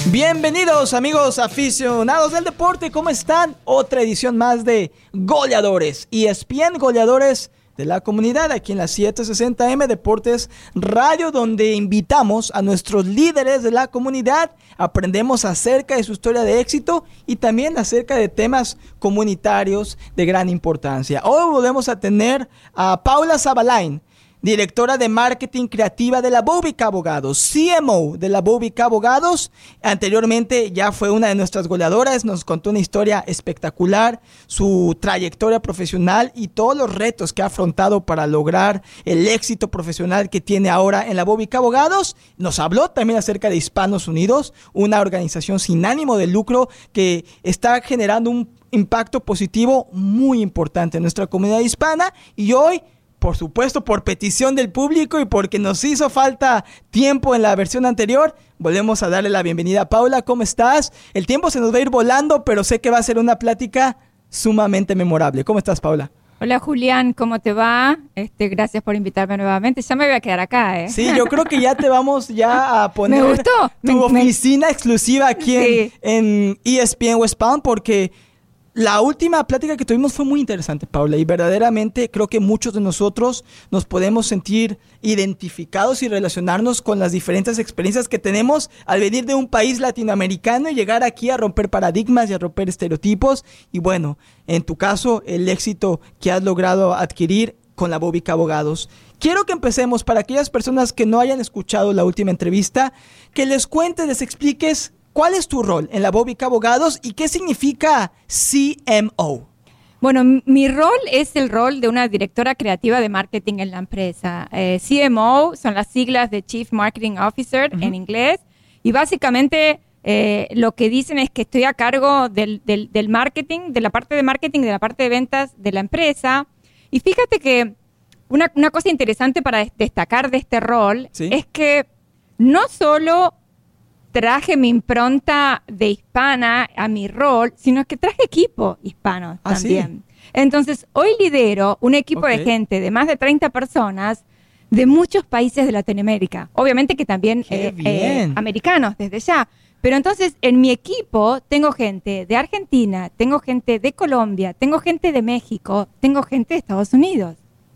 Bienvenidos amigos aficionados del deporte, ¿cómo están? Otra edición más de Goleadores, ESPN Goleadores de la Comunidad, aquí en la 760M Deportes Radio, donde invitamos a nuestros líderes de la comunidad, aprendemos acerca de su historia de éxito y también acerca de temas comunitarios de gran importancia. Hoy volvemos a tener a Paula Zabalain, directora de marketing creativa de la Bouvica Abogados, CMO de la Bouvica Abogados. Anteriormente ya fue una de nuestras goleadoras, nos contó una historia espectacular, su trayectoria profesional y todos los retos que ha afrontado para lograr el éxito profesional que tiene ahora en la Bouvica Abogados. Nos habló también acerca de Hispanos Unidos, una organización sin ánimo de lucro que está generando un impacto positivo muy importante en nuestra comunidad hispana. Y hoy, por supuesto, por petición del público y porque nos hizo falta tiempo en la versión anterior, volvemos a darle la bienvenida a Paula. ¿Cómo estás? El tiempo se nos va a ir volando, pero sé que va a ser una plática sumamente memorable. ¿Cómo estás, Paula? Hola, Julián, ¿cómo te va? Gracias por invitarme nuevamente. Ya me voy a quedar acá, ¿eh? Sí, yo creo que ya te vamos ya a poner me gustó. tu oficina exclusiva aquí en ESPN West Palm, porque la última plática que tuvimos fue muy interesante, Paula, y verdaderamente creo que muchos de nosotros nos podemos sentir identificados y relacionarnos con las diferentes experiencias que tenemos al venir de un país latinoamericano y llegar aquí a romper paradigmas y a romper estereotipos. Y bueno, en tu caso, el éxito que has logrado adquirir con la Bouvica Abogados. Quiero que empecemos, para aquellas personas que no hayan escuchado la última entrevista, que les cuentes, les expliques ¿cuál es tu rol en la Bouvica Abogados y qué significa CMO? Bueno, mi rol es el rol de una directora creativa de marketing en la empresa. CMO son las siglas de Chief Marketing Officer en inglés, y básicamente lo que dicen es que estoy a cargo del marketing, de la parte de marketing, de la parte de ventas de la empresa. Y fíjate que una cosa interesante para destacar de este rol es que no solo traje mi impronta de hispana a mi rol, sino que traje equipo hispano también. ¿Sí? Entonces, hoy lidero un equipo de gente de más de 30 personas de muchos países de Latinoamérica. Obviamente que también americanos desde ya. Pero entonces, en mi equipo tengo gente de Argentina, tengo gente de Colombia, tengo gente de México, tengo gente de Estados Unidos.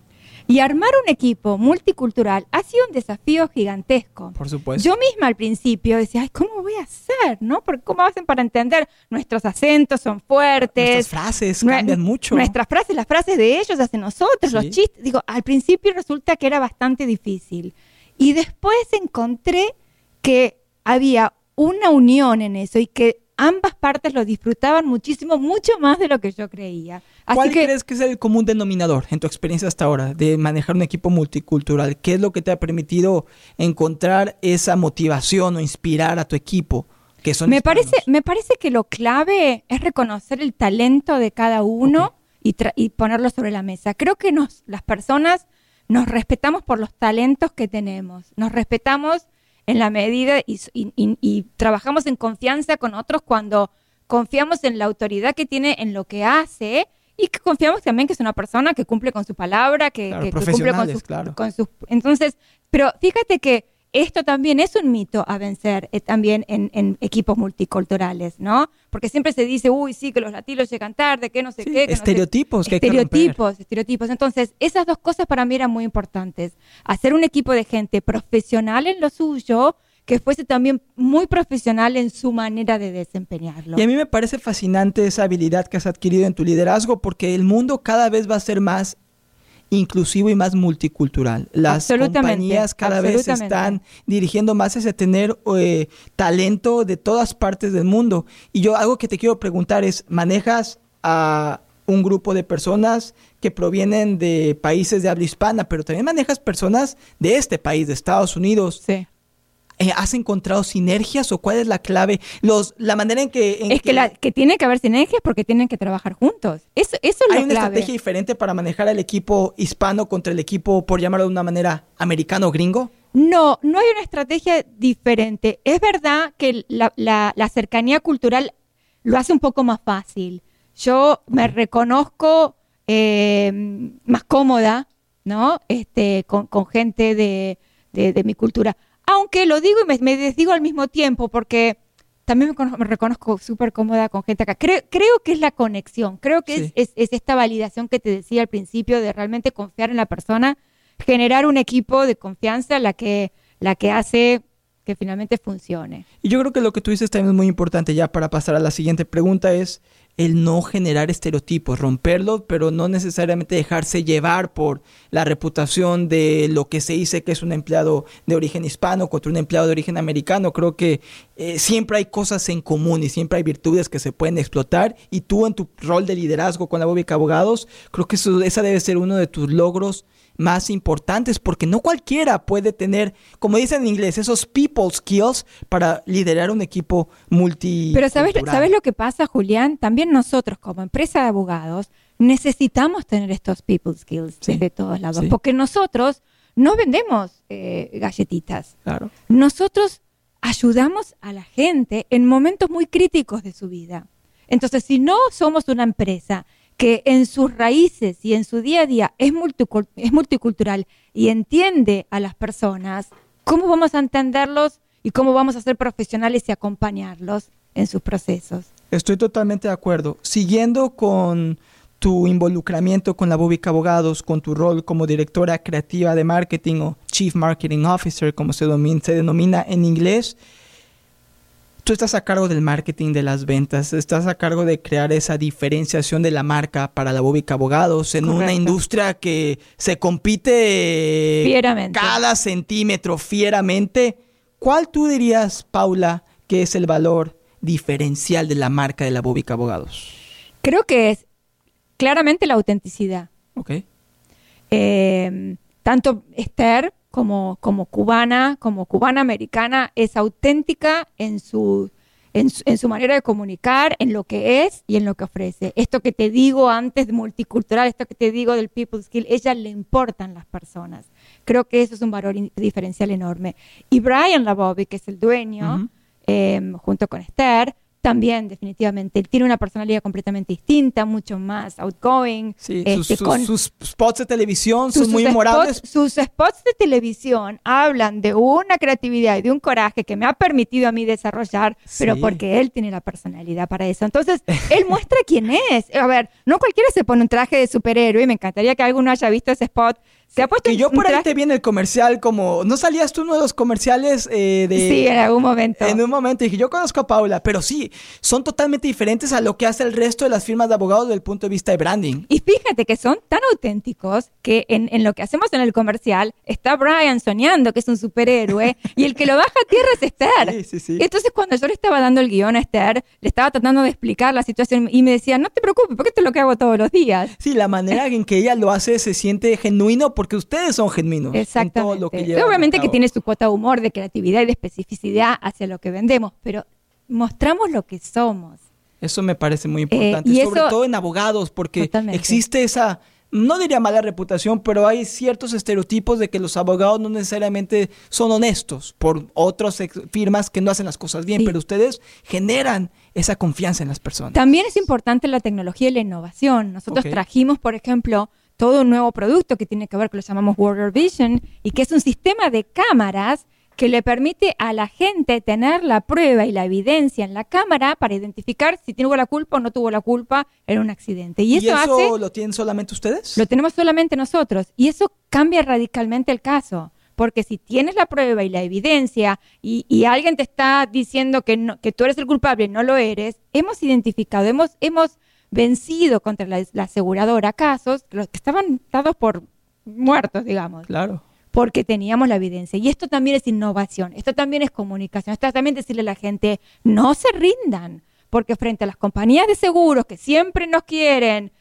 Y armar un equipo multicultural ha sido un desafío gigantesco. Por supuesto. Yo misma al principio decía, ay, ¿cómo voy a hacer? ¿No? Porque ¿cómo hacen para entender? Nuestros acentos son fuertes. Nuestras frases cambian mucho. Nuestras frases, las frases de ellos hacia nosotros, los chistes. Digo, al principio resulta que era bastante difícil. Y después encontré que había una unión en eso y que ambas partes lo disfrutaban muchísimo, mucho más de lo que yo creía. ¿Cuál crees que es el común denominador en tu experiencia hasta ahora de manejar un equipo multicultural? ¿Qué es lo que te ha permitido encontrar esa motivación o inspirar a tu equipo? Que son me parece que lo clave es reconocer el talento de cada uno y ponerlo sobre la mesa. Creo que las personas nos respetamos por los talentos que tenemos. Nos respetamos en la medida y trabajamos en confianza con otros cuando confiamos en la autoridad que tiene en lo que hace y que confiamos también que es una persona que cumple con su palabra, que cumple con sus... Entonces, pero fíjate que esto también es un mito a vencer también en equipos multiculturales, ¿no? Porque siempre se dice, uy, sí, que los latinos llegan tarde, que no sé qué. Que estereotipos. No sé, estereotipos. Entonces, esas dos cosas para mí eran muy importantes. Hacer un equipo de gente profesional en lo suyo, que fuese también muy profesional en su manera de desempeñarlo. Y a mí me parece fascinante esa habilidad que has adquirido en tu liderazgo, porque el mundo cada vez va a ser más inclusivo y más multicultural. Las compañías cada vez se están dirigiendo más hacia tener talento de todas partes del mundo. Y algo que te quiero preguntar es, ¿manejas a un grupo de personas que provienen de países de habla hispana, pero también manejas personas de este país, de Estados Unidos? Sí. ¿Has encontrado sinergias o cuál es la clave? La manera en que... que tiene que haber sinergias porque tienen que trabajar juntos. Eso es lo clave. ¿Hay una estrategia diferente para manejar al equipo hispano contra el equipo, por llamarlo de una manera, americano o gringo? No hay una estrategia diferente. Es verdad que la cercanía cultural lo hace un poco más fácil. Yo me reconozco más cómoda, ¿no? Con gente de mi cultura. Aunque lo digo y me desdigo al mismo tiempo, porque también me reconozco súper cómoda con gente acá. Creo que es la conexión, creo que Sí. es esta validación que te decía al principio de realmente confiar en la persona, generar un equipo de confianza la que hace que finalmente funcione. Y yo creo que lo que tú dices también es muy importante ya para pasar a la siguiente pregunta es el no generar estereotipos, romperlos, pero no necesariamente dejarse llevar por la reputación de lo que se dice que es un empleado de origen hispano contra un empleado de origen americano. Creo que siempre hay cosas en común y siempre hay virtudes que se pueden explotar, y tú en tu rol de liderazgo con la Bóbica Abogados, creo que esa debe ser uno de tus logros más importantes, porque no cualquiera puede tener, como dicen en inglés, esos people skills para liderar un equipo multicultural. Pero ¿sabes lo que pasa, Julián? También nosotros como empresa de abogados necesitamos tener estos people skills de todos lados, sí. Porque nosotros no vendemos galletitas. Claro. Nosotros ayudamos a la gente en momentos muy críticos de su vida. Entonces, si no somos una empresa que en sus raíces y en su día a día es multicultural y entiende a las personas, ¿cómo vamos a entenderlos y cómo vamos a ser profesionales y acompañarlos en sus procesos? Estoy totalmente de acuerdo. Siguiendo con tu involucramiento con la Bóbica Abogados, con tu rol como directora creativa de marketing o Chief Marketing Officer, como se denomina en inglés, tú estás a cargo del marketing, de las ventas, estás a cargo de crear esa diferenciación de la marca para la Bóbica Abogados en Correcto. una industria que se compite Fieramente. cada centímetro fieramente. ¿Cuál tú dirías, Paula, que es el valor diferencial de la marca de la Bóbica Abogados? Creo que es claramente la autenticidad. Ok. Tanto Esther como cubana americana es auténtica en su manera de comunicar, en lo que es y en lo que ofrece. Esto que te digo antes de multicultural, esto que te digo del people skill, ella le importan las personas. Creo que eso es un valor diferencial enorme. Y Brian LaBobby, que es el dueño, junto con Esther, también definitivamente él tiene una personalidad completamente distinta, mucho más outgoing. Sí, sus spots de televisión son muy memorables. Sus spots de televisión hablan de una creatividad y de un coraje que me ha permitido a mí desarrollar, pero porque él tiene la personalidad para eso. Entonces, él muestra quién es. A ver, no cualquiera se pone un traje de superhéroe, y me encantaría que alguno haya visto ese spot. Se ha puesto que yo por ahí te vi en el comercial, como, ¿no salías tú en uno de los comerciales Sí, en algún momento. En un momento dije, yo conozco a Paula, pero sí, son totalmente diferentes a lo que hace el resto de las firmas de abogados desde el punto de vista de branding. Y fíjate que son tan auténticos que en lo que hacemos en el comercial está Brian soñando que es un superhéroe y el que lo baja a tierra es Esther. Sí. Entonces, cuando yo le estaba dando el guión a Esther, le estaba tratando de explicar la situación y me decía, no te preocupes, porque esto es lo que hago todos los días. Sí, la manera en que ella lo hace se siente genuino porque ustedes son genuinos. Exactamente. En todo lo que llevan Obviamente a que cabo. tiene su cuota de humor, de creatividad y de especificidad hacia lo que vendemos, pero mostramos lo que somos. Eso me parece muy importante, y sobre eso- todo en abogados, porque Totalmente. existe esa, no diría mala reputación, pero hay ciertos estereotipos de que los abogados no necesariamente son honestos por otras firmas que no hacen las cosas bien, Sí. pero ustedes generan esa confianza en las personas. También es importante la tecnología y la innovación. Nosotros Ok. trajimos, por ejemplo, todo un nuevo producto que tiene que ver, que lo llamamos Worker Vision, y que es un sistema de cámaras que le permite a la gente tener la prueba y la evidencia en la cámara para identificar si tuvo la culpa o no tuvo la culpa en un accidente. Y eso hace, lo tienen solamente ustedes? lo tenemos solamente nosotros, y eso cambia radicalmente el caso. Porque si tienes la prueba y la evidencia y alguien te está diciendo que tú eres el culpable y no lo eres, hemos identificado, hemos vencido contra la aseguradora casos los que estaban dados por muertos, digamos, Claro. porque teníamos la evidencia. Y esto también es innovación, esto también es comunicación, esto también decirle a la gente, no se rindan, porque frente a las compañías de seguros que siempre nos quieren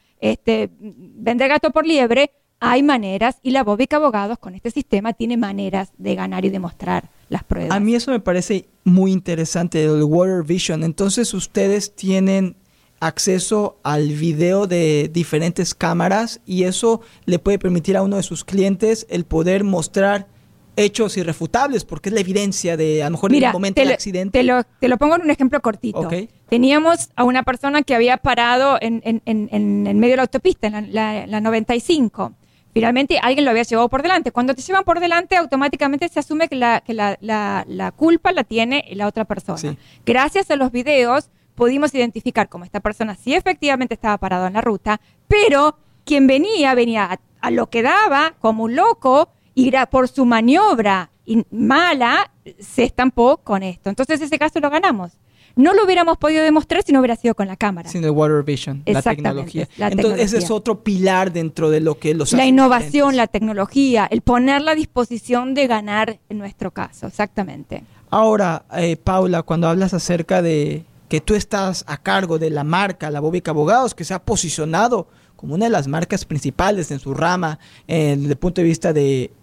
vender gato por liebre, hay maneras, y la Bóbica Abogados con este sistema tiene maneras de ganar y demostrar las pruebas. A mí eso me parece muy interesante, el Water Vision. Entonces ustedes tienen acceso al video de diferentes cámaras y eso le puede permitir a uno de sus clientes el poder mostrar hechos irrefutables, porque es la evidencia de, a lo mejor, en el momento del accidente. Te lo pongo en un ejemplo cortito. Ok. Teníamos a una persona que había parado en medio de la autopista, en la 95, finalmente alguien lo había llevado por delante. Cuando te llevan por delante, automáticamente se asume que la culpa la tiene la otra persona. Sí. Gracias a los videos pudimos identificar cómo esta persona sí efectivamente estaba parado en la ruta, pero quien venía a lo que daba como un loco y por su maniobra mala se estampó con esto. Entonces ese caso lo ganamos. No lo hubiéramos podido demostrar si no hubiera sido con la cámara. Sin el Water Vision, la tecnología. Entonces ese es otro pilar dentro de lo que los hace. La innovación, la tecnología, el ponerla a disposición de ganar en nuestro caso, exactamente. Ahora, Paula, cuando hablas acerca de que tú estás a cargo de la marca, la Bobic Abogados, que se ha posicionado como una de las marcas principales en su rama, desde el punto de vista de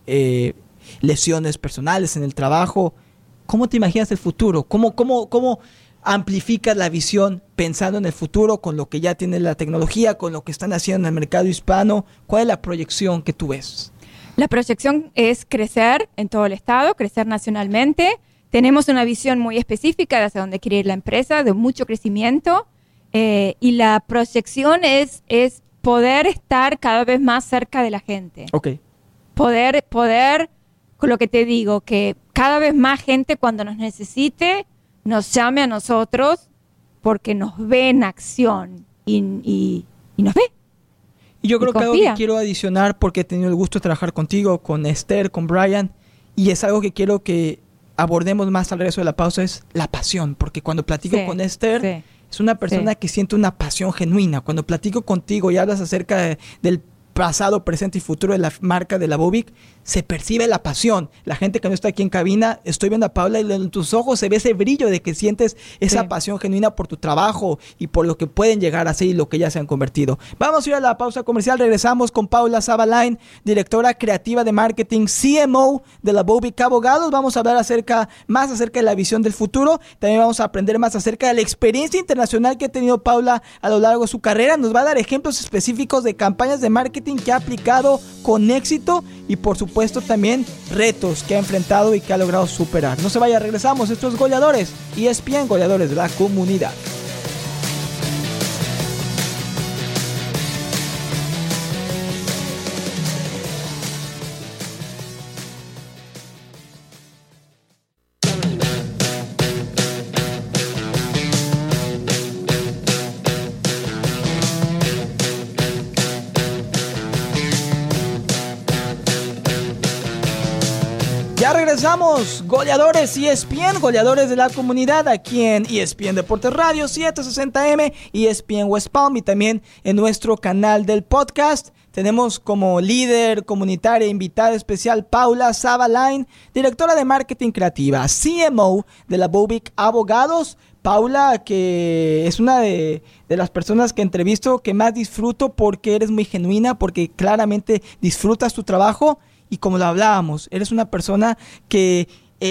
lesiones personales en el trabajo, ¿cómo te imaginas el futuro? ¿Cómo amplificas la visión pensando en el futuro con lo que ya tiene la tecnología, con lo que están haciendo en el mercado hispano? ¿Cuál es la proyección que tú ves? La proyección es crecer en todo el estado, crecer nacionalmente. Tenemos una visión muy específica de hacia dónde quiere ir la empresa, de mucho crecimiento, y la proyección es poder estar cada vez más cerca de la gente. Okay. Poder, con lo que te digo, que cada vez más gente cuando nos necesite nos llame a nosotros porque nos ve en acción y nos ve. Y yo creo que algo que quiero adicionar, porque he tenido el gusto de trabajar contigo, con Esther, con Brian, y es algo que quiero que abordemos más al regreso de la pausa, es la pasión, porque cuando platico con Esther, es una persona que siente una pasión genuina. Cuando platico contigo y hablas acerca del pasado, presente y futuro de la marca de la Bobic, se percibe la pasión. La gente que no está aquí en cabina, estoy viendo a Paula y en tus ojos se ve ese brillo de que sientes esa pasión genuina por tu trabajo y por lo que pueden llegar a ser y lo que ya se han convertido. Vamos a ir a la pausa comercial. Regresamos con Paula Sabalain, directora creativa de marketing, CMO de la Bobic Abogados. Vamos a hablar más acerca de la visión del futuro. También vamos a aprender más acerca de la experiencia internacional que ha tenido Paula a lo largo de su carrera. Nos va a dar ejemplos específicos de campañas de marketing que ha aplicado con éxito y por supuesto también retos que ha enfrentado y que ha logrado superar. No se vaya, regresamos. Estos goleadores ESPN, goleadores de la comunidad. Ya regresamos, goleadores ESPN, goleadores de la comunidad, aquí en ESPN Deportes Radio 760M, ESPN West Palm y también en nuestro canal del podcast. Tenemos como líder comunitaria invitada especial Paula Sabalain, directora de marketing creativa, CMO de la Bobic Abogados. Paula, que es una de las personas que entrevisto que más disfruto porque eres muy genuina, porque claramente disfrutas tu trabajo. Y como lo hablábamos, eres una persona que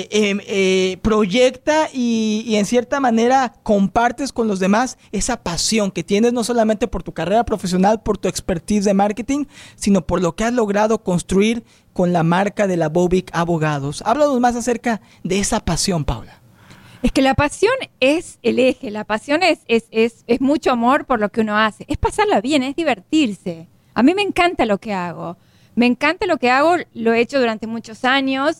proyecta y en cierta manera compartes con los demás esa pasión que tienes no solamente por tu carrera profesional, por tu expertise de marketing, sino por lo que has logrado construir con la marca de la Bobic Abogados. Háblanos más acerca de esa pasión, Paula. Es que la pasión es el eje, la pasión es mucho amor por lo que uno hace, es pasarla bien, es divertirse. A mí me encanta lo que hago. Me encanta lo que hago, lo he hecho durante muchos años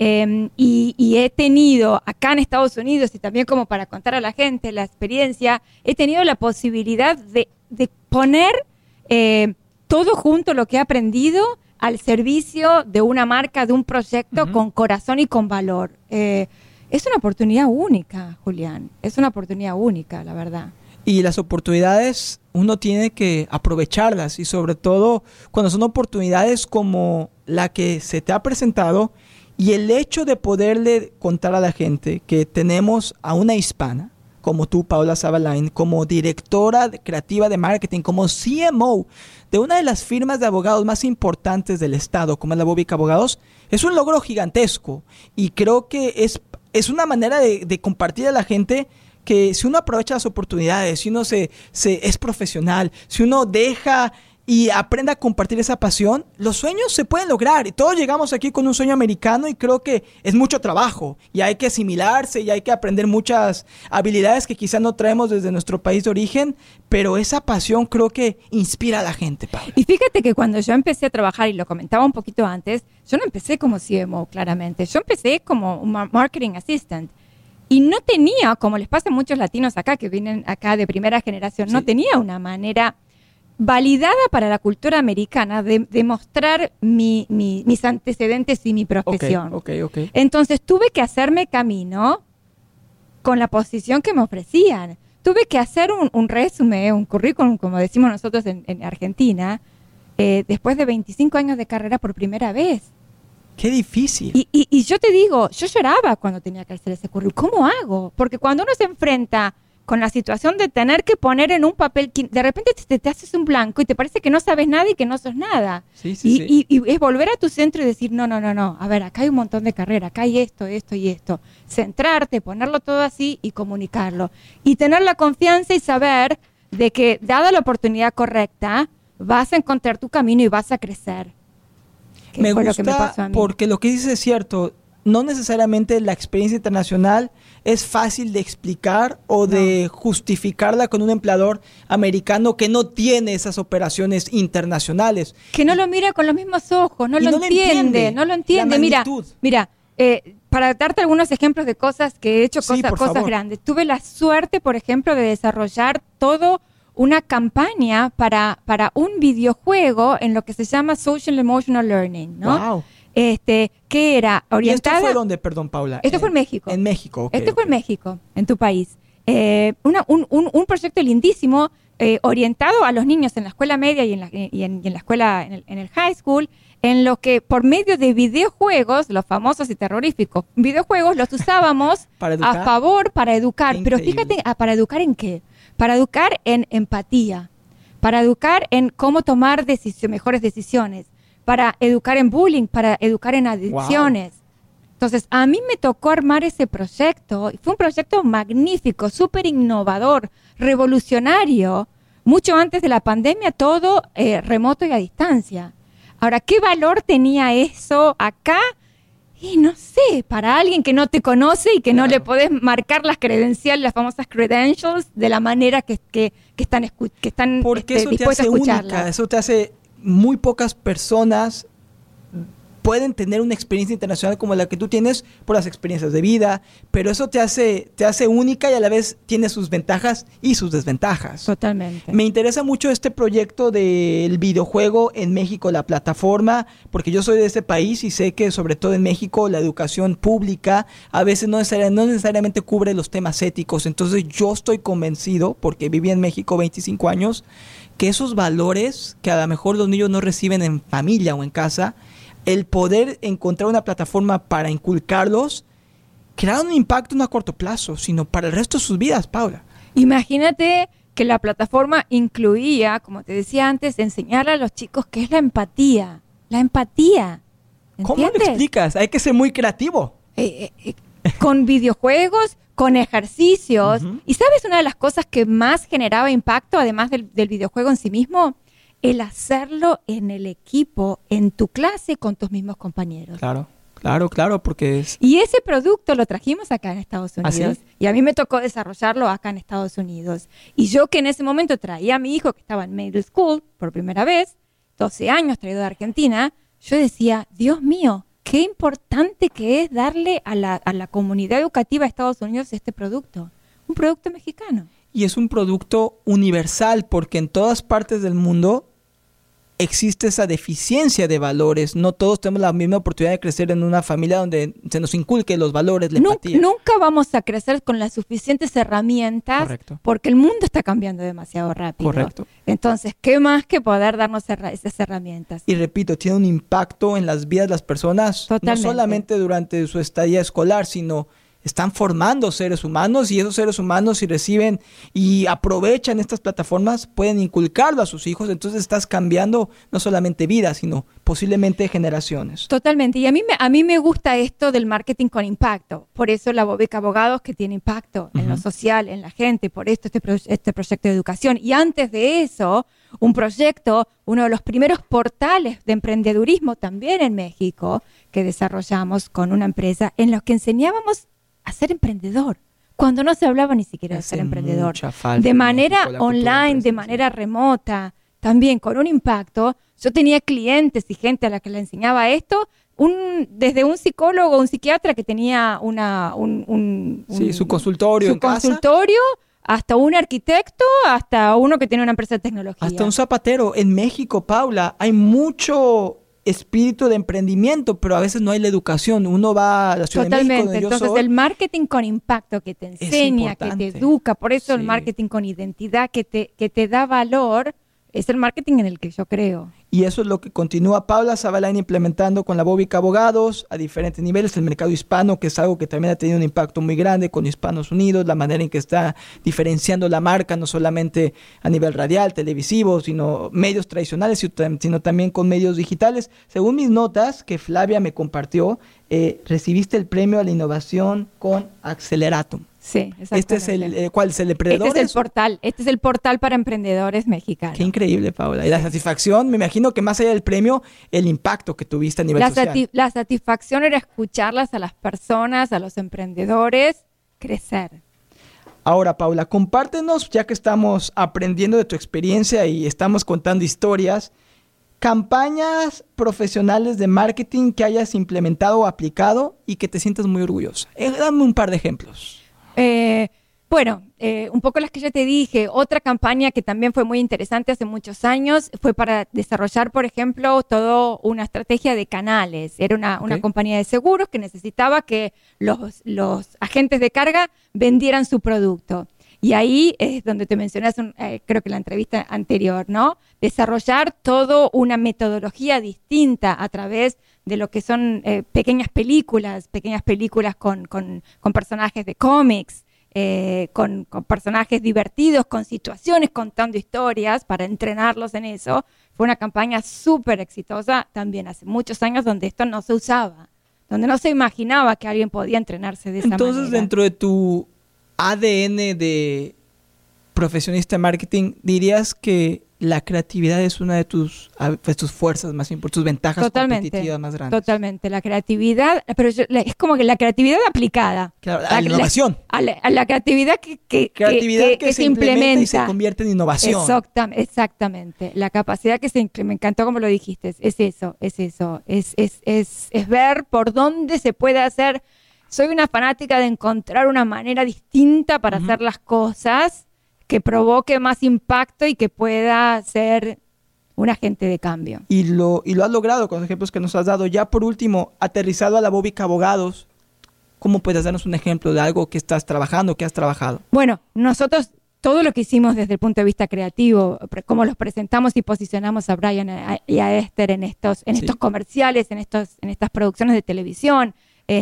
y he tenido acá en Estados Unidos y también como para contar a la gente la experiencia, he tenido la posibilidad de poner todo junto lo que he aprendido al servicio de una marca, de un proyecto con corazón y con valor. Es una oportunidad única, Julián, es una oportunidad única, la verdad. Y las oportunidades uno tiene que aprovecharlas y sobre todo cuando son oportunidades como la que se te ha presentado y el hecho de poderle contar a la gente que tenemos a una hispana como tú, Paula Sabalain, como directora creativa de marketing, como CMO de una de las firmas de abogados más importantes del estado, como es la Bobic Abogados, es un logro gigantesco y creo que es una manera de compartir a la gente que si uno aprovecha las oportunidades, si uno es profesional, si uno deja y aprenda a compartir esa pasión, los sueños se pueden lograr. Y todos llegamos aquí con un sueño americano y creo que es mucho trabajo y hay que asimilarse y hay que aprender muchas habilidades que quizás no traemos desde nuestro país de origen, pero esa pasión creo que inspira a la gente, Paula. Y fíjate que cuando yo empecé a trabajar, y lo comentaba un poquito antes, yo no empecé como CMO, claramente. Yo empecé como un marketing assistant. Y no tenía, como les pasa a muchos latinos acá, que vienen acá de primera generación, no tenía una manera validada para la cultura americana de mostrar mis antecedentes y mi profesión. Okay. Entonces tuve que hacerme camino con la posición que me ofrecían. Tuve que hacer un resumen, un currículum, como decimos nosotros en Argentina, después de 25 años de carrera por primera vez. ¡Qué difícil! Y yo te digo, yo lloraba cuando tenía que hacer ese currículum. ¿Cómo hago? Porque cuando uno se enfrenta con la situación de tener que poner en un papel, de repente te haces un blanco y te parece que no sabes nada y que no sos nada. Sí. Y es volver a tu centro y decir, no, a ver, acá hay un montón de carrera, acá hay esto y esto. Centrarte, ponerlo todo así y comunicarlo. Y tener la confianza y saber de que, dada la oportunidad correcta, vas a encontrar tu camino y vas a crecer. Me gusta porque lo que dices es cierto. No necesariamente la experiencia internacional es fácil de explicar o de justificarla con un empleador americano que no tiene esas operaciones internacionales. Que no lo mira con los mismos ojos, no lo entiende. Mira, para darte algunos ejemplos de cosas que he hecho, cosas grandes. Tuve la suerte, por ejemplo, de desarrollar todo una campaña para un videojuego en lo que se llama Social Emotional Learning, ¿no? Wow. Que era orientada... ¿Y esto fue dónde, perdón, Paula? Esto fue en México. En México, ok. Esto fue en México, en tu país. Un proyecto lindísimo orientado a los niños en la escuela media y en la escuela, en el high school, en lo que por medio de videojuegos, los famosos y terroríficos videojuegos, los usábamos a favor para educar. Pero fíjate, ¿para educar en qué? Para educar en empatía, para educar en cómo tomar mejores decisiones, para educar en bullying, para educar en adicciones. Wow. Entonces, a mí me tocó armar ese proyecto. Fue un proyecto magnífico, súper innovador, revolucionario. Mucho antes de la pandemia, todo remoto y a distancia. Ahora, ¿qué valor tenía eso acá? Y no sé, para alguien que no te conoce y que no le podés marcar las credenciales, las famosas credentials, de la manera que están porque eso dispuestos te hace a escucharla. Única, eso te hace... Muy pocas personas pueden tener una experiencia internacional como la que tú tienes por las experiencias de vida, pero eso te hace única y a la vez tiene sus ventajas y sus desventajas. Totalmente. Me interesa mucho este proyecto del videojuego en México, la plataforma, porque yo soy de ese país y sé que sobre todo en México la educación pública a veces no necesariamente cubre los temas éticos. Entonces yo estoy convencido, porque viví en México 25 años, que esos valores que a lo mejor los niños no reciben en familia o en casa, el poder encontrar una plataforma para inculcarlos, crear un impacto no a corto plazo, sino para el resto de sus vidas, Paula. Imagínate que la plataforma incluía, como te decía antes, enseñar a los chicos qué es la empatía. La empatía. ¿Entiendes? ¿Cómo lo explicas? Hay que ser muy creativo. Con videojuegos, con ejercicios. Uh-huh. ¿Y sabes una de las cosas que más generaba impacto, además del videojuego en sí mismo? El hacerlo en el equipo, en tu clase, con tus mismos compañeros. Claro, porque es... Y ese producto lo trajimos acá en Estados Unidos. ¿Ah, sí? Y a mí me tocó desarrollarlo acá en Estados Unidos. Y yo, que en ese momento traía a mi hijo, que estaba en middle school por primera vez, 12 años, traído de Argentina, yo decía, Dios mío, qué importante que es darle a la comunidad educativa de Estados Unidos este producto. Un producto mexicano. Y es un producto universal, porque en todas partes del mundo existe esa deficiencia de valores. No todos tenemos la misma oportunidad de crecer en una familia donde se nos inculque los valores, la empatía. Nunca vamos a crecer con las suficientes herramientas. Correcto. Porque el mundo está cambiando demasiado rápido. Correcto. Entonces, ¿qué más que poder darnos esas herramientas? Y repito, tiene un impacto en las vidas de las personas. Totalmente. No solamente durante su estadía escolar, sino... están formando seres humanos, y esos seres humanos, si reciben y aprovechan estas plataformas, pueden inculcarlo a sus hijos. Entonces estás cambiando no solamente vidas, sino posiblemente generaciones. Totalmente. Y a mí me gusta esto del marketing con impacto. Por eso la Bobeca Abogados, que tiene impacto en lo social, en la gente. Por esto este proyecto de educación. Y antes de eso, un proyecto, uno de los primeros portales de emprendedurismo también en México que desarrollamos con una empresa en los que enseñábamos a ser emprendedor, cuando no se hablaba ni siquiera de ser emprendedor. De manera online, de manera remota, también con un impacto. Yo tenía clientes y gente a la que le enseñaba esto, desde un psicólogo, un psiquiatra que tenía su consultorio en casa, hasta un arquitecto, hasta uno que tiene una empresa de tecnología. Hasta un zapatero. En México, Paula, hay mucho espíritu de emprendimiento, pero a veces no hay la educación. Uno va a la Ciudad de México, donde entonces el marketing con impacto que te enseña, que te educa, por eso el marketing con identidad que te da valor, es el marketing en el que yo creo. Y eso es lo que continúa Paula Zabalain implementando con la Bóbica Abogados a diferentes niveles. El mercado hispano, que es algo que también ha tenido un impacto muy grande con Hispanos Unidos, la manera en que está diferenciando la marca, no solamente a nivel radial, televisivo, sino medios tradicionales, sino también con medios digitales. Según mis notas que Flavia me compartió, recibiste el premio a la innovación con Acceleratum. Sí, exactamente. Este es ¿cuál es el emprendedor? Este es el portal para emprendedores mexicanos. Qué increíble, Paula. Y la satisfacción, me imagino que más allá del premio, el impacto que tuviste a nivel social. La satisfacción era escucharlas a las personas, a los emprendedores, crecer. Ahora, Paula, compártenos, ya que estamos aprendiendo de tu experiencia y estamos contando historias, campañas profesionales de marketing que hayas implementado o aplicado y que te sientas muy orgullosa. Dame un par de ejemplos. Un poco las que ya te dije. Otra campaña que también fue muy interesante hace muchos años fue para desarrollar, por ejemplo, toda una estrategia de canales. Era una compañía de seguros que necesitaba que los agentes de carga vendieran su producto. Y ahí es donde te mencionas, creo que en la entrevista anterior, ¿no? Desarrollar toda una metodología distinta a través de lo que son pequeñas películas con personajes de cómics, con personajes divertidos, con situaciones, contando historias para entrenarlos en eso. Fue una campaña súper exitosa también hace muchos años donde esto no se usaba, donde no se imaginaba que alguien podía entrenarse de esa manera. Entonces, dentro de tu ADN de profesionista de marketing, ¿dirías que la creatividad es una de tus fuerzas más importantes, tus ventajas competitivas más grandes? Totalmente, la creatividad, pero es como que la creatividad aplicada. Claro, a la innovación. A la creatividad que se implementa y se convierte en innovación. Exactamente, la capacidad que me encantó como lo dijiste, es ver por dónde se puede hacer. Soy una fanática de encontrar una manera distinta para hacer las cosas que provoque más impacto y que pueda ser un agente de cambio. Y lo has logrado con los ejemplos que nos has dado. Ya por último, aterrizado a la Bóbica Abogados, ¿cómo puedes darnos un ejemplo de algo que estás trabajando, que has trabajado? Bueno, nosotros todo lo que hicimos desde el punto de vista creativo, cómo los presentamos y posicionamos a Brian y a Esther en estos comerciales, en estas producciones de televisión,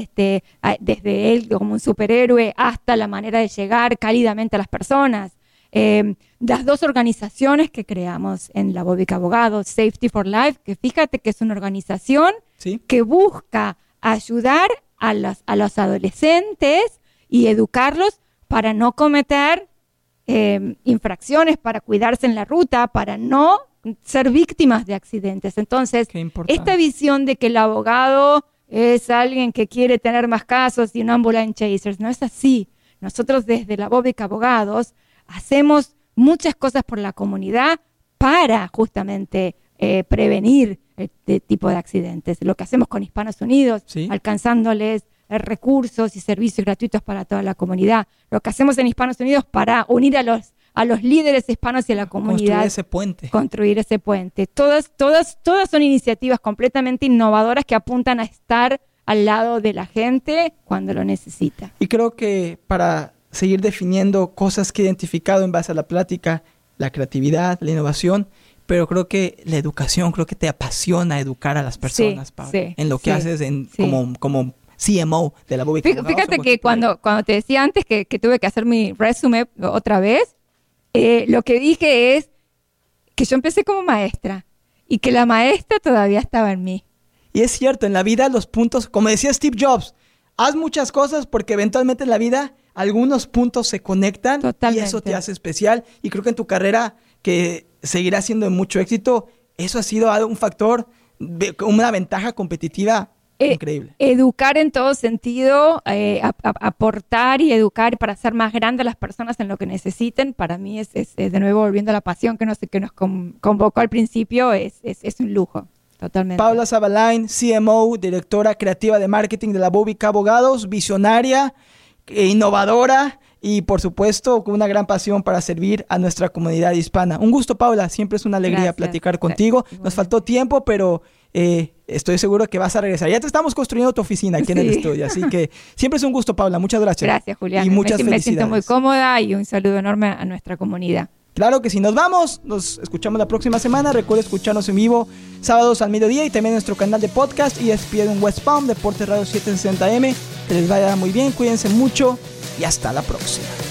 desde él como un superhéroe hasta la manera de llegar cálidamente a las personas. Las dos organizaciones que creamos en la Bóbica Abogados, Safety for Life, que fíjate que es una organización que busca ayudar a los adolescentes y educarlos para no cometer infracciones, para cuidarse en la ruta, para no ser víctimas de accidentes. Entonces, esta visión de que el abogado es alguien que quiere tener más casos y un ambulance chasers, no es así. Nosotros desde la Bóbica Abogados hacemos muchas cosas por la comunidad para justamente prevenir este tipo de accidentes. Lo que hacemos con Hispanos Unidos, alcanzándoles recursos y servicios gratuitos para toda la comunidad. Lo que hacemos en Hispanos Unidos para unir a los líderes hispanos y a la comunidad. Construir ese puente. Todas son iniciativas completamente innovadoras que apuntan a estar al lado de la gente cuando lo necesita. Y creo que para seguir definiendo cosas que he identificado en base a la plática, la creatividad, la innovación, pero creo que la educación, creo que te apasiona educar a las personas, Pablo, en lo que haces como CMO de la Bóbica Abogados. Fíjate que cuando te decía antes que tuve que hacer mi resumen otra vez, lo que dije es que yo empecé como maestra y que la maestra todavía estaba en mí. Y es cierto, en la vida los puntos, como decía Steve Jobs, haz muchas cosas porque eventualmente en la vida algunos puntos se conectan. Totalmente. Y eso te hace especial. Y creo que en tu carrera, que seguirá siendo de mucho éxito. Eso ha sido un factor, una ventaja competitiva increíble. Educar en todo sentido, aportar y educar para hacer más grandes a las personas en lo que necesiten, para mí es de nuevo volviendo a la pasión que nos convocó al principio, es un lujo, totalmente. Paula Zabalain, CMO, directora creativa de marketing de la Bouvica Abogados, visionaria, innovadora y por supuesto con una gran pasión para servir a nuestra comunidad hispana. Un gusto, Paula, siempre es una alegría platicar contigo. Nos faltó tiempo, pero estoy seguro que vas a regresar. Ya te estamos construyendo tu oficina aquí en el estudio, así que siempre es un gusto, Paula. Muchas gracias. Gracias, Julián. Y muchas felicidades. Me siento muy cómoda y un saludo enorme a nuestra comunidad. Claro que sí, nos vamos, nos escuchamos la próxima semana. Recuerda escucharnos en vivo sábados al mediodía y también en nuestro canal de podcast ESPN West Palm, Deportes Radio 760M. Que les vaya muy bien, cuídense mucho y hasta la próxima.